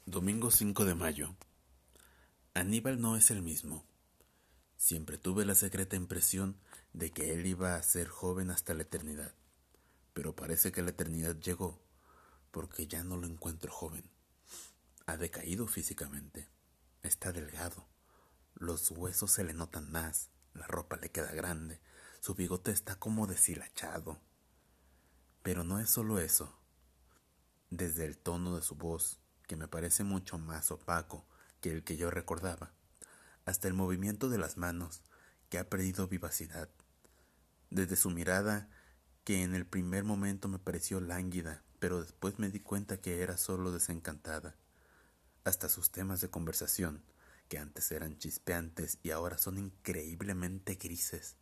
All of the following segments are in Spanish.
Domingo 5 de mayo. Aníbal no es el mismo. Siempre tuve la secreta impresión de que él iba a ser joven hasta la eternidad, pero parece que la eternidad llegó, porque ya no lo encuentro joven. Ha decaído físicamente, está delgado, los huesos se le notan más, la ropa le queda grande, su bigote está como deshilachado. Pero no es solo eso. Desde el tono de su voz, que me parece mucho más opaco que el que yo recordaba, hasta el movimiento de las manos, que ha perdido vivacidad, desde su mirada, que en el primer momento me pareció lánguida, pero después me di cuenta que era solo desencantada, hasta sus temas de conversación, que antes eran chispeantes y ahora son increíblemente grises.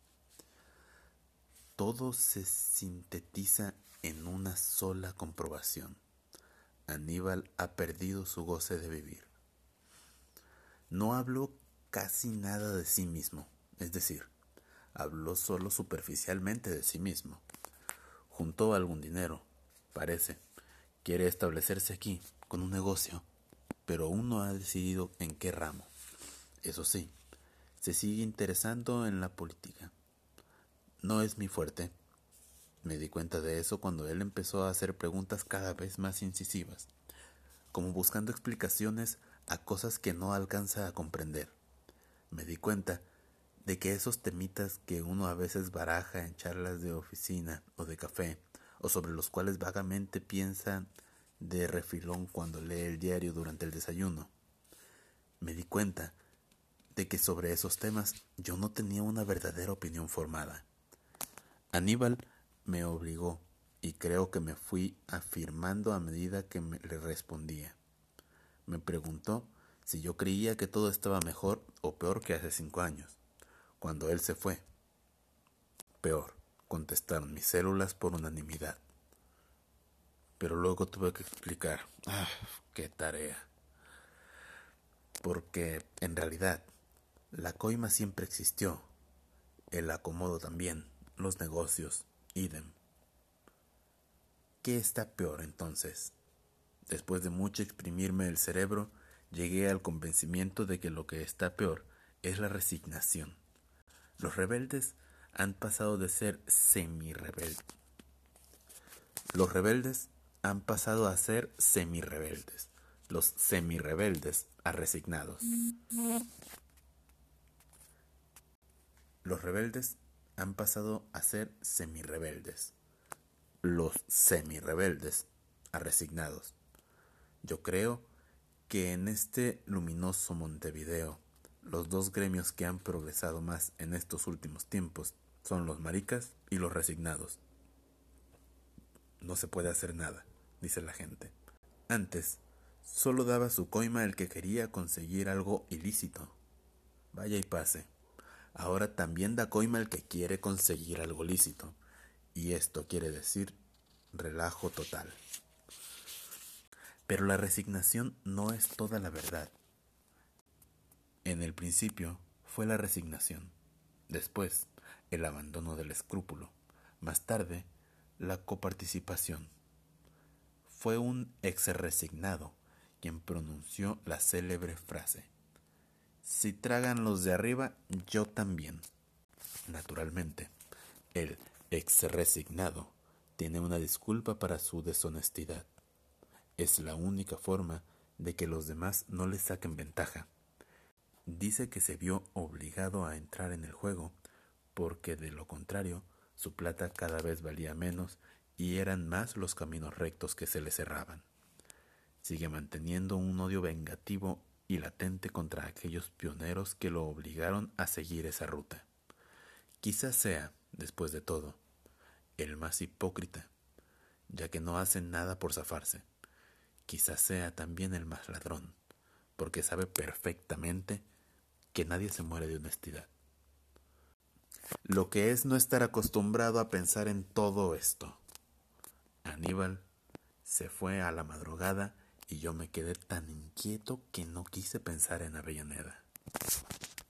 Todo se sintetiza en una sola comprobación. Aníbal ha perdido su goce de vivir. No habló casi nada de sí mismo, es decir, habló solo superficialmente de sí mismo. Juntó algún dinero, parece. Quiere establecerse aquí, con un negocio, pero aún no ha decidido en qué ramo. Eso sí, se sigue interesando en la política. No es mi fuerte. Me di cuenta de eso cuando él empezó a hacer preguntas cada vez más incisivas, como buscando explicaciones a cosas que no alcanza a comprender. Me di cuenta de que esos temitas que uno a veces baraja en charlas de oficina o de café, o sobre los cuales vagamente piensa de refilón cuando lee el diario durante el desayuno, me di cuenta de que sobre esos temas yo no tenía una verdadera opinión formada. Aníbal me obligó, y creo que me fui afirmando a medida que le respondía. Me preguntó si yo creía que todo estaba mejor o peor que hace 5 años, cuando él se fue. Peor, contestaron mis células por unanimidad. Pero luego tuve que explicar. ¡Qué tarea! Porque, en realidad, la coima siempre existió, el acomodo también, los negocios, idem. ¿Qué está peor entonces? Después de mucho exprimirme el cerebro, llegué al convencimiento de que lo que está peor es la resignación. Los rebeldes han pasado de ser semi-rebeldes. Los rebeldes han pasado a ser semi-rebeldes. Los semi-rebeldes a resignados. Los rebeldes han pasado a ser semi-rebeldes. Los semi-rebeldes a resignados. Yo creo que en este luminoso Montevideo, los dos gremios que han progresado más en estos últimos tiempos son los maricas y los resignados. No se puede hacer nada, dice la gente. Antes, solo daba su coima el que quería conseguir algo ilícito. Vaya y pase. Ahora también da coima el que quiere conseguir algo lícito. Y esto quiere decir relajo total. Pero la resignación no es toda la verdad. En el principio fue la resignación, después el abandono del escrúpulo, más tarde la coparticipación. Fue un ex-resignado quien pronunció la célebre frase: si tragan los de arriba, yo también. Naturalmente, el ex-resignado tiene una disculpa para su deshonestidad. Es la única forma de que los demás no le saquen ventaja. Dice que se vio obligado a entrar en el juego porque de lo contrario su plata cada vez valía menos y eran más los caminos rectos que se le cerraban. Sigue manteniendo un odio vengativo y latente contra aquellos pioneros que lo obligaron a seguir esa ruta. Quizás sea, después de todo, el más hipócrita, ya que no hacen nada por zafarse. Quizás sea también el más ladrón, porque sabe perfectamente que nadie se muere de honestidad. Lo que es no estar acostumbrado a pensar en todo esto. Aníbal se fue a la madrugada y yo me quedé tan inquieto que no quise pensar en Avellaneda.